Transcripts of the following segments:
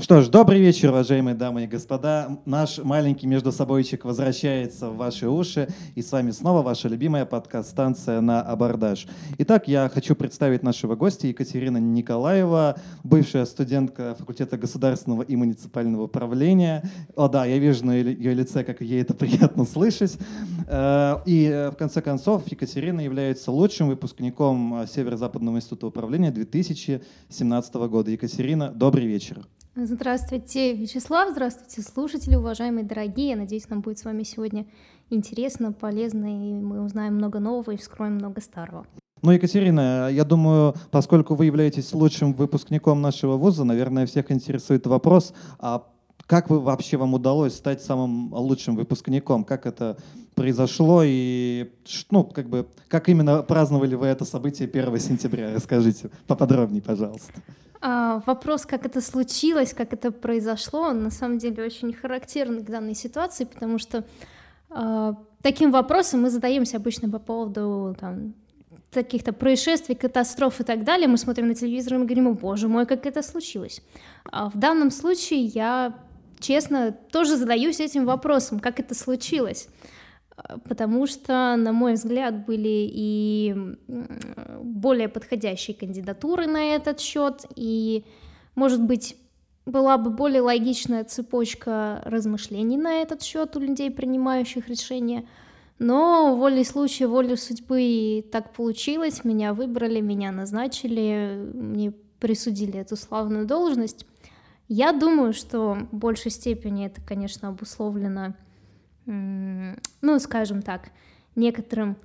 Что ж, добрый вечер, уважаемые дамы и господа. Наш маленький междусобойчик возвращается в ваши уши. И с вами снова ваша любимая подкаст-станция «На абордаж». Итак, я хочу представить нашего гостя Екатерина Николаева, бывшая студентка факультета государственного и муниципального управления. О да, я вижу на ее лице, как ей это приятно слышать. И в конце концов, Екатерина является лучшим выпускником Северо-Западного института управления 2017 года. Екатерина, добрый вечер. Здравствуйте, Вячеслав, здравствуйте, слушатели, уважаемые, дорогие. Я надеюсь, нам будет с вами сегодня интересно, полезно, и мы узнаем много нового и вскроем много старого. Ну, Екатерина, я думаю, поскольку вы являетесь лучшим выпускником нашего вуза, наверное, всех интересует вопрос, а как вам удалось стать самым лучшим выпускником? Как это произошло и как именно праздновали вы это событие 1 сентября? Расскажите поподробнее, пожалуйста. Вопрос, как это случилось, как это произошло, он на самом деле очень характерный к данной ситуации, потому что таким вопросом мы задаемся обычно по поводу каких-то происшествий, катастроф и так далее. Мы смотрим на телевизор и мы говорим: «О, боже мой, как это случилось». В данном случае я, честно, тоже задаюсь этим вопросом, как это случилось. Потому что, на мой взгляд, были и более подходящие кандидатуры на этот счет, и, может быть, была бы более логичная цепочка размышлений на этот счет у людей, принимающих решения. Но волей случая, волей судьбы так получилось. Меня выбрали, меня назначили, мне присудили эту славную должность. Я думаю, что в большей степени это, конечно, обусловлено, скажем так, некоторым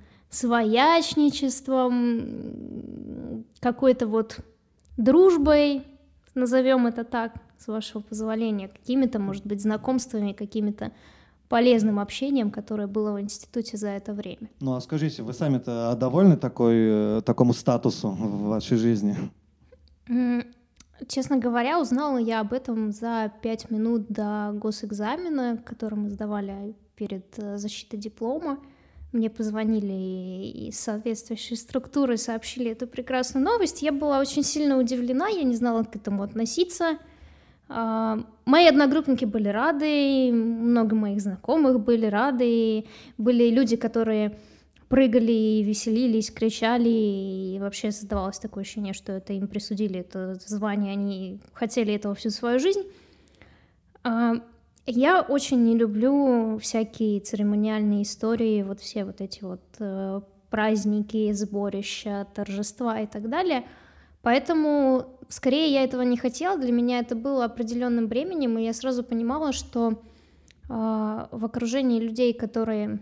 своячничеством, какой-то дружбой, назовем это так, с вашего позволения, какими-то, может быть, знакомствами, какими-то полезным общением, которое было в институте за это время. Ну, а скажите, вы сами-то довольны такому статусу в вашей жизни? Честно говоря, узнала я об этом за 5 минут до госэкзамена, который мы сдавали перед защитой диплома. Мне позвонили из соответствующей структуры, сообщили эту прекрасную новость. Я была очень сильно удивлена, я не знала, как к этому относиться. Мои одногруппники были рады, много моих знакомых были рады, были люди, которые прыгали, веселились, кричали, и вообще создавалось такое ощущение, что это им присудили это звание, они хотели этого всю свою жизнь. Я очень не люблю всякие церемониальные истории, все эти праздники, сборища, торжества и так далее. Поэтому скорее я этого не хотела, для меня это было определенным бременем, и я сразу понимала, что в окружении людей, которые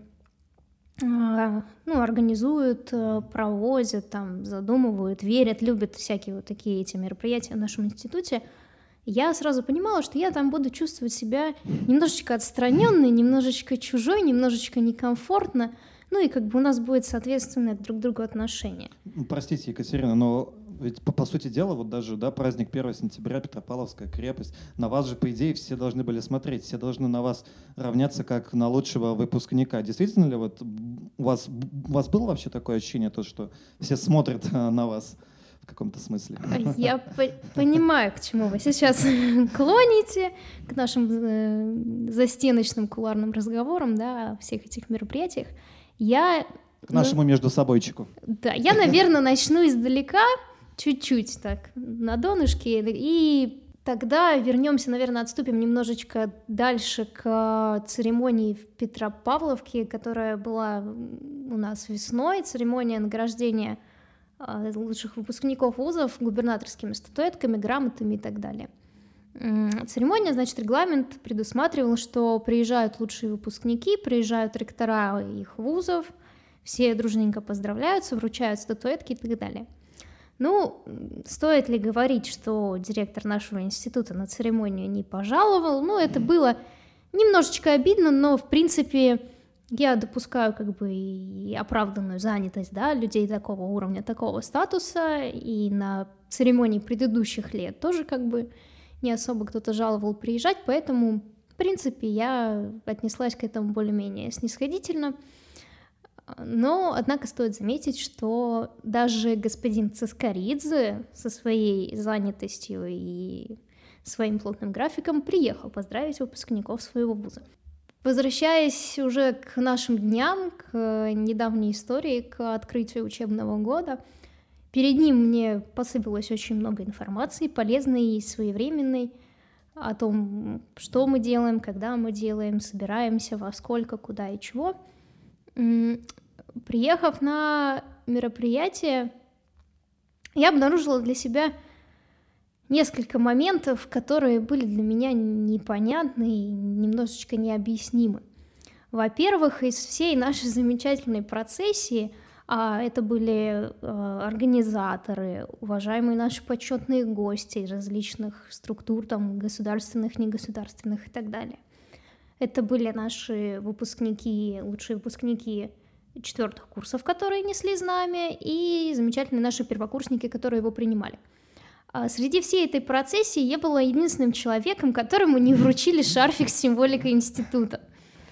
организуют, проводят, задумывают, верят, любят всякие такие эти мероприятия в нашем институте, я сразу понимала, что я там буду чувствовать себя немножечко отстраненной, немножечко чужой, немножечко некомфортно, и у нас будет соответственное друг к другу отношение. Простите, Екатерина, но ведь по сути дела, даже праздник 1 сентября, Петропавловская крепость, на вас же, по идее, все должны были смотреть, все должны на вас равняться как на лучшего выпускника. Действительно ли у вас было вообще такое ощущение, что все смотрят на вас в каком-то смысле? Я понимаю, к чему вы сейчас клоните, к нашим застеночным кулуарным разговорам, о всех этих мероприятиях. К нашему междусобойчику. Да, я, наверное, начну издалека, чуть-чуть так, на донышке, и тогда вернемся, наверное, отступим немножечко дальше к церемонии в Петропавловке, которая была у нас весной, церемония награждения лучших выпускников вузов губернаторскими статуэтками, грамотами и так далее. Церемония, регламент предусматривал, что приезжают лучшие выпускники, приезжают ректора их вузов, все дружненько поздравляются, вручают статуэтки и так далее. Стоит ли говорить, что директор нашего института на церемонию не пожаловал? Это было немножечко обидно, но, в принципе, я допускаю и оправданную занятость людей такого уровня, такого статуса, и на церемонии предыдущих лет тоже не особо кто-то жаловал приезжать, поэтому, в принципе, я отнеслась к этому более-менее снисходительно. Но, однако, стоит заметить, что даже господин Цискоридзе со своей занятостью и своим плотным графиком приехал поздравить выпускников своего вуза. Возвращаясь уже к нашим дням, к недавней истории, к открытию учебного года, перед ним мне посыпалось очень много информации, полезной и своевременной, о том, что мы делаем, когда мы делаем, собираемся, во сколько, куда и чего. Приехав на мероприятие, я обнаружила для себя несколько моментов, которые были для меня непонятны и немножечко необъяснимы. Во-первых, из всей нашей замечательной процессии, а это были организаторы, уважаемые наши почетные гости из различных структур, там, государственных, негосударственных и так далее. Это были наши выпускники, лучшие выпускники 4-х курсов, которые несли знамя, и замечательные наши первокурсники, которые его принимали. Среди всей этой процессии я была единственным человеком, которому не вручили шарфик с символикой института.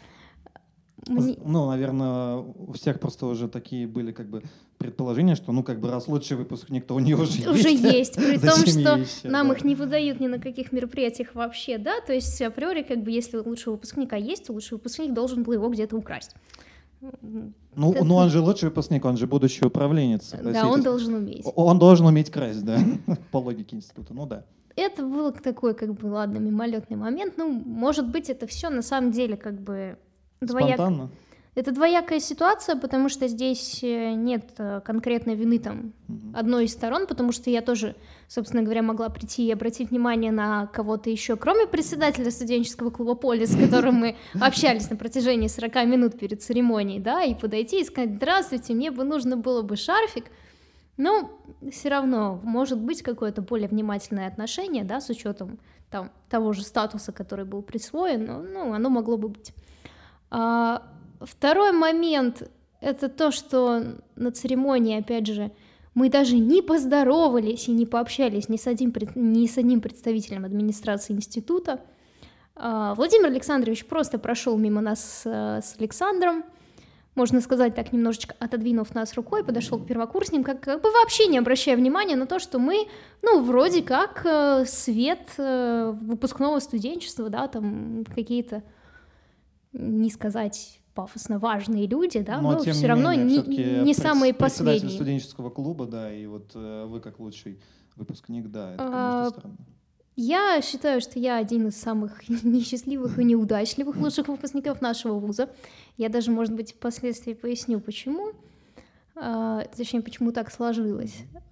Ну, наверное, у всех просто уже такие были как бы предположения, что, ну, как бы раз лучший выпускник, то у него уже есть. При том, что еще, нам да. их не выдают ни на каких мероприятиях вообще, да, то есть априори, как бы, если у лучшего выпускника есть, то лучший выпускник должен был его где-то украсть. Ну, он же лучший выпускник, он же будущий управленец. Да, он должен уметь. Он должен уметь красть, да, по логике института, ну да. Это был такой, как бы, ладно, мимолетный момент. Ну, может быть, это все на самом деле как бы Спонтанно? Это двоякая ситуация, потому что здесь нет конкретной вины там одной из сторон, потому что я тоже, собственно говоря, могла прийти и обратить внимание на кого-то еще, кроме председателя студенческого клуба «Полис», с которым мы общались на протяжении 40 минут перед церемонией, да, и подойти и сказать: «Здравствуйте, мне бы нужно было бы шарфик». Но все равно может быть какое-то более внимательное отношение, да, с учетом там того же статуса, который был присвоен, ну, оно могло бы быть. Второй момент — это то, что на церемонии, опять же, мы даже не поздоровались и не пообщались ни с одним представителем администрации института. Владимир Александрович просто прошел мимо нас с Александром, можно сказать так, немножечко отодвинув нас рукой, подошел к первокурсникам, как бы вообще не обращая внимания на то, что мы, ну, вроде как свет выпускного студенчества, да, там какие-то, не сказать пафосно важные люди, да, но все равно не самые последние. Председатель студенческого клуба, да, и вот вы как лучший выпускник, да, это, конечно, странно. Я считаю, что я один из самых несчастливых и неудачливых лучших выпускников нашего вуза. Я даже, может быть, впоследствии поясню, почему. Точнее, почему так сложилось.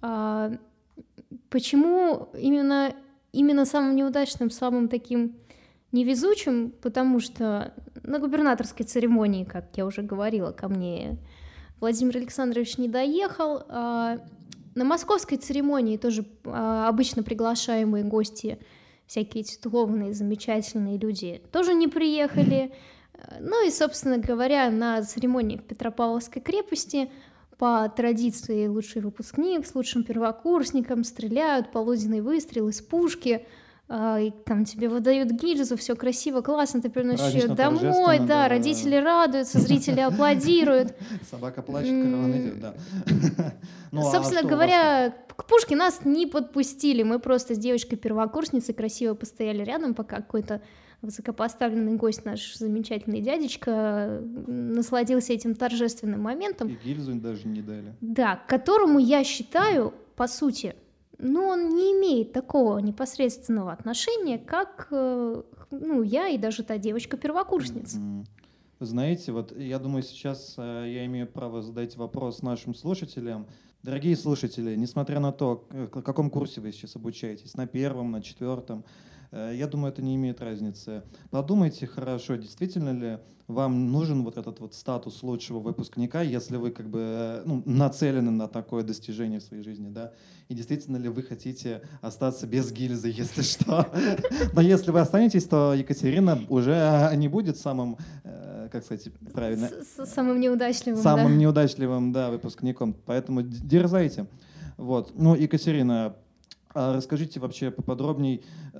Почему именно самым неудачным, самым таким невезучим, потому что на губернаторской церемонии, как я уже говорила, ко мне Владимир Александрович не доехал. На московской церемонии тоже обычно приглашаемые гости, всякие титулованные, замечательные люди, тоже не приехали. Ну и, собственно говоря, на церемонии в Петропавловской крепости по традиции лучший выпускник с лучшим первокурсником стреляют, полуденный выстрел из пушки, и там тебе выдают гильзу, все красиво, классно, ты приносишь ее домой, да, родители радуются, зрители аплодируют. Собака плачет, караван идет, да. Собственно говоря, к пушке нас не подпустили, мы просто с девочкой-первокурсницей красиво постояли рядом, пока какой-то высокопоставленный гость, наш замечательный дядечка, насладился этим торжественным моментом. И гильзу даже не дали. Да, к которому я считаю, по сути, он не имеет такого непосредственного отношения, как я и даже та девочка-первокурсница. Вы знаете, вот я думаю, сейчас я имею право задать вопрос нашим слушателям. Дорогие слушатели, несмотря на то, в каком курсе вы сейчас обучаетесь, на 1-м, на 4-м, я думаю, это не имеет разницы. Подумайте хорошо, действительно ли вам нужен вот этот вот статус лучшего выпускника, если вы как бы нацелены на такое достижение в своей жизни, да? И действительно ли вы хотите остаться без гильзы, если что? Но если вы останетесь, то Екатерина уже не будет самым, как сказать правильно? Самым неудачливым, самым неудачливым, да, выпускником. Поэтому дерзайте. Вот. Ну, Екатерина, А расскажите вообще поподробней,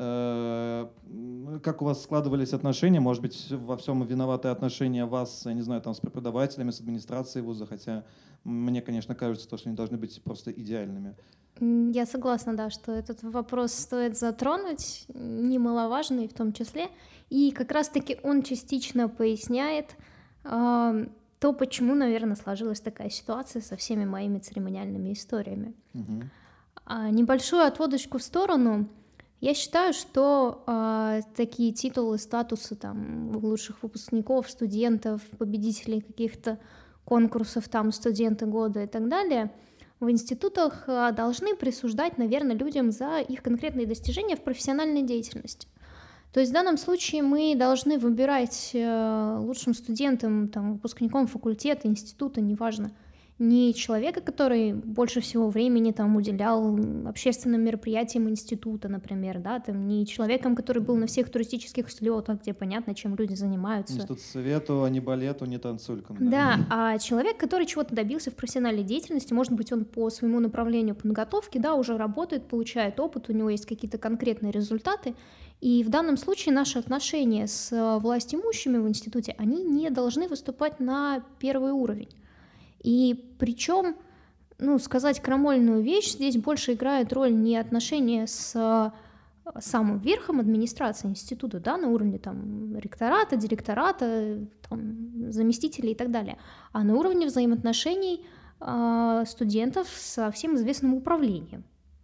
как у вас складывались отношения? Может быть, во всем виноваты отношения вас, я не знаю, там, с преподавателями, с администрацией вуза, хотя мне, конечно, кажется, что они должны быть просто идеальными. Я согласна, да, что этот вопрос стоит затронуть, немаловажный в том числе, и как раз-таки он частично поясняет то, почему, наверное, сложилась такая ситуация со всеми моими церемониальными историями. Мгм. Небольшую отводочку в сторону. Я считаю, что такие титулы, статусы там лучших выпускников, студентов, победителей каких-то конкурсов, там студенты года и так далее в институтах должны присуждать, наверное, людям за их конкретные достижения в профессиональной деятельности. То есть в данном случае мы должны выбирать лучшим студентом, там, выпускником факультета, института, неважно, не человека, который больше всего времени там уделял общественным мероприятиям института, например, да, там, не человеком, который был на всех туристических слетах, где понятно, чем люди занимаются. Институт совету, а не балету, не танцулькам. Да, а человек, который чего-то добился в профессиональной деятельности, может быть, он по своему направлению подготовки, да, уже работает, получает опыт, у него есть какие-то конкретные результаты, и в данном случае наши отношения с властимущими в институте, они не должны выступать на первый уровень. И причем, сказать крамольную вещь, здесь больше играет роль не отношения с самым верхом администрации института, да, на уровне там ректората, директората, там, заместителей и так далее, а на уровне взаимоотношений студентов со всем известным управлением.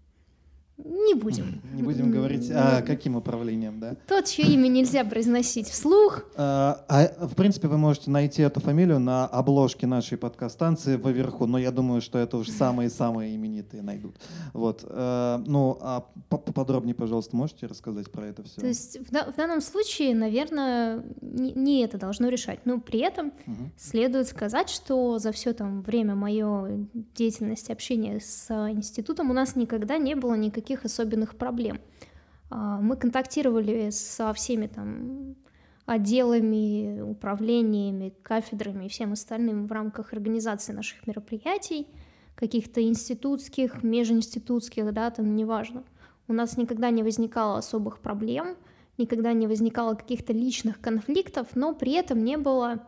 Не будем. Не будем говорить каким управлением, да? Тот, чье имя нельзя произносить вслух. В принципе, вы можете найти эту фамилию на обложке нашей подкаст-станции вверху, но я думаю, что это уж самые-самые именитые найдут. Вот. Поподробнее, пожалуйста, можете рассказать про это все? То есть в данном случае, наверное, не это должно решать. Но при этом следует сказать, что за все там время моей деятельности, общения с институтом у нас никогда не было никаких особенных проблем. Мы контактировали со всеми там отделами, управлениями, кафедрами и всем остальным в рамках организации наших мероприятий, каких-то институтских, межинститутских, да, там неважно. У нас никогда не возникало особых проблем, никогда не возникало каких-то личных конфликтов, но при этом не было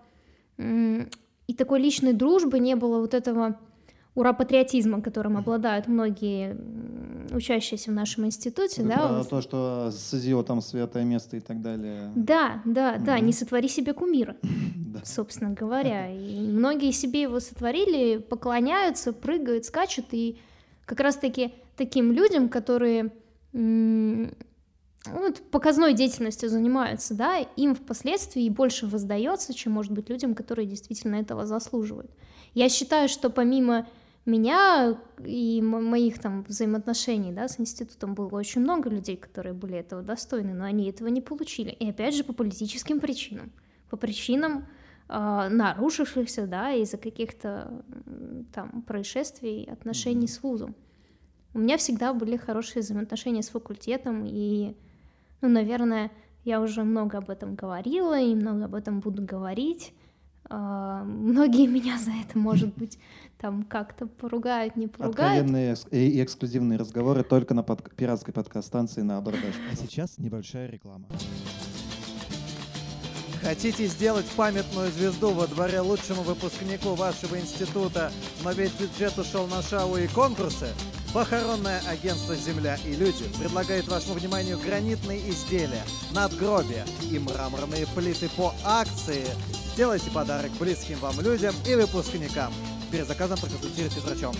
и такой личной дружбы, не было вот этого ура-патриотизма, которым обладают многие учащиеся в нашем институте. Да, то, что с идиотом святое место и так далее. Да, не сотвори себе кумира, собственно говоря. И многие себе его сотворили, поклоняются, прыгают, скачут, и как раз-таки таким людям, которые показной деятельностью занимаются, да, им впоследствии больше воздается, чем, может быть, людям, которые действительно этого заслуживают. Я считаю, что помимо меня и моих там взаимоотношений, да, с институтом было очень много людей, которые были этого достойны, но они этого не получили. И опять же по политическим причинам, по причинам нарушившихся, да, из-за каких-то там происшествий, отношений с вузом. У меня всегда были хорошие взаимоотношения с факультетом, и, наверное, я уже много об этом говорила и много об этом буду говорить. Многие меня за это, может быть, там как-то поругают, не поругают. Откровенные и эксклюзивные разговоры только на пиратской подкаст-станции на Абордаж. А сейчас небольшая реклама. Хотите сделать памятную звезду во дворе лучшему выпускнику вашего института, но весь бюджет ушел на шоу и конкурсы? Похоронное агентство «Земля и люди» предлагает вашему вниманию гранитные изделия, надгробия и мраморные плиты по акции. Сделайте подарок близким вам людям и выпускникам. Перед заказом проконсультируйтесь с врачом.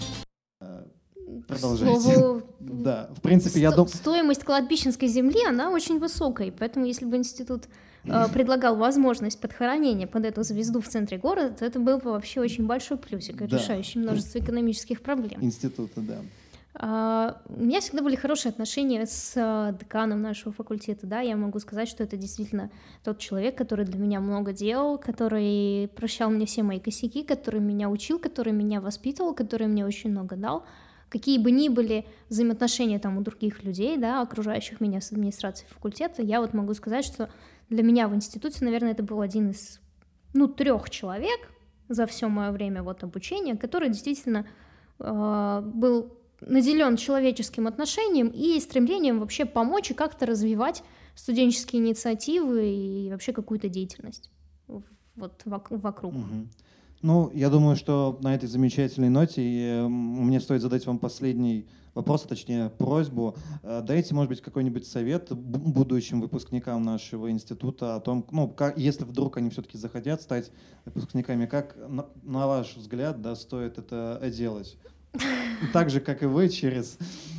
Продолжайте. Да, в принципе, я думаю... Стоимость кладбищенской земли, она очень высокая, поэтому если бы институт предлагал возможность подхоронения под эту звезду в центре города, то это был бы вообще очень большой плюсик, решающий множество экономических проблем. Института, да. У меня всегда были хорошие отношения с деканом нашего факультета, да, я могу сказать, что это действительно тот человек, который для меня много делал, который прощал мне все мои косяки, который меня учил, который меня воспитывал, который мне очень много дал. Какие бы ни были взаимоотношения там у других людей, да, окружающих меня с администрацией факультета, я вот могу сказать, что для меня в институте, наверное, это был один из, 3 человек за все мое время вот обучения, который действительно был наделен человеческим отношением и стремлением вообще помочь и как-то развивать студенческие инициативы и вообще какую-то деятельность вот вокруг. Мгм. Ну, я думаю, что на этой замечательной ноте мне стоит задать вам последний вопрос, а точнее просьбу. Дайте, может быть, какой-нибудь совет будущим выпускникам нашего института о том, ну, если вдруг они все-таки захотят стать выпускниками, как, на ваш взгляд, да, стоит это делать? Так же, как и вы, через...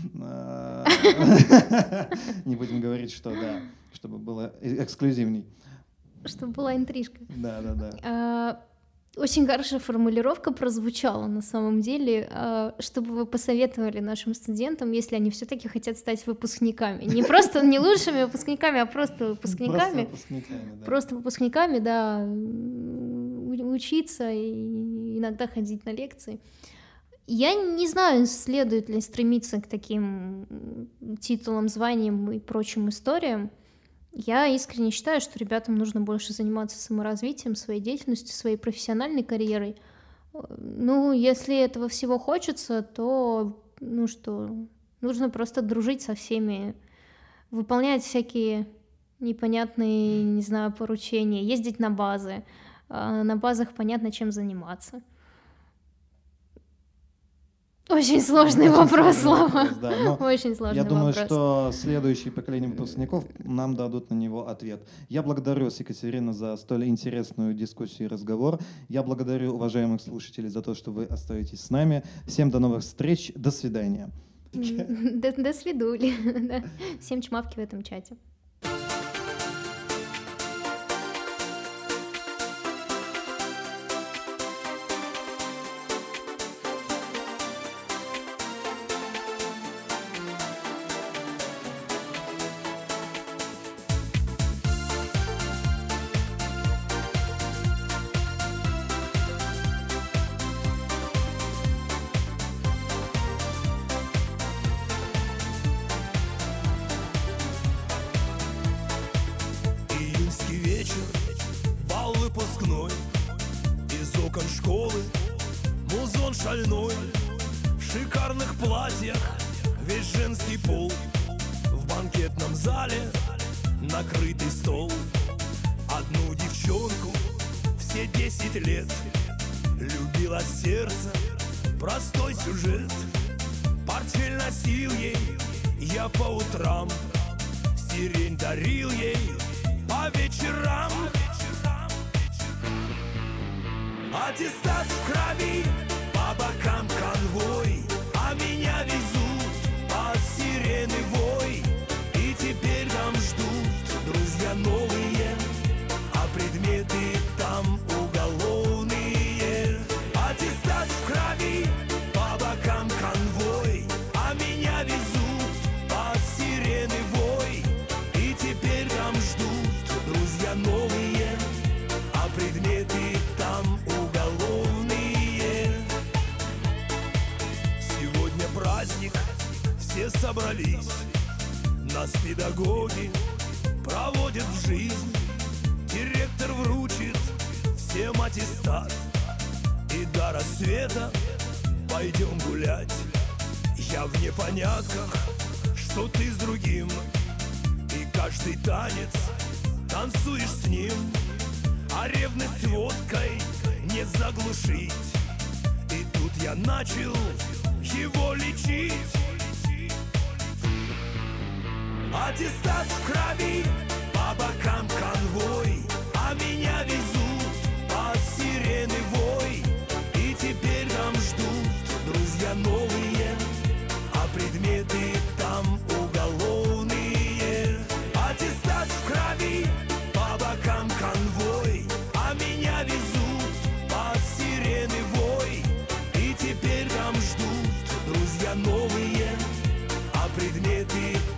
Не будем говорить, что да, чтобы было эксклюзивней. Чтобы была интрижка. Да. Очень хорошая формулировка прозвучала на самом деле, чтобы вы посоветовали нашим студентам, если они все-таки хотят стать выпускниками. Не просто не лучшими выпускниками, а просто выпускниками. Просто выпускниками, да. Учиться и иногда ходить на лекции. Я не знаю, следует ли стремиться к таким титулам, званиям и прочим историям. Я искренне считаю, что ребятам нужно больше заниматься саморазвитием, своей деятельностью, своей профессиональной карьерой. Ну, если этого всего хочется, то, ну что, нужно просто дружить со всеми, выполнять всякие непонятные, не знаю, поручения, ездить на базы. На базах понятно, чем заниматься. Очень сложный вопрос, Слава. Да, очень сложный вопрос. Я думаю, что следующее поколение выпускников нам дадут на него ответ. Я благодарю вас, Екатерина, за столь интересную дискуссию и разговор. Я благодарю уважаемых слушателей за то, что вы остаетесь с нами. Всем до новых встреч. До свидания. До свидули. Всем чмавки в этом чате. Выпускной из окон школы, музон шальной, в шикарных платьях весь женский пол, в банкетном зале накрытый стол. Одну девчонку все 10 лет любила сердце, простой сюжет. Портфель носил ей я по утрам, сирень дарил ей по вечерам. Аттестат в крови, по бокам конвой, а меня везут под сирены вой. И теперь там ждут друзья новые, а предметы там уголовные. Аттестат в крови, по бокам конвой, а меня везут под сирены вой. И теперь там ждут друзья новые, а предметы там уголовные. Сегодня праздник, все собрались, нас педагоги проводят в жизнь. Директор вручит всем аттестат, и до рассвета пойдем гулять. Я в непонятках, что ты с другим, и каждый танец танцуешь с ним. А ревность водкой не заглушить, и тут я начал его лечить. Аттестат в крови, по бокам конвой, а меня везут под сирены вой. И теперь там ждут друзья новые, а предметы там уголовные. Аттестат в крови, по бокам конвой, а меня везут под сирены вой. И теперь там ждут друзья новые, а предметы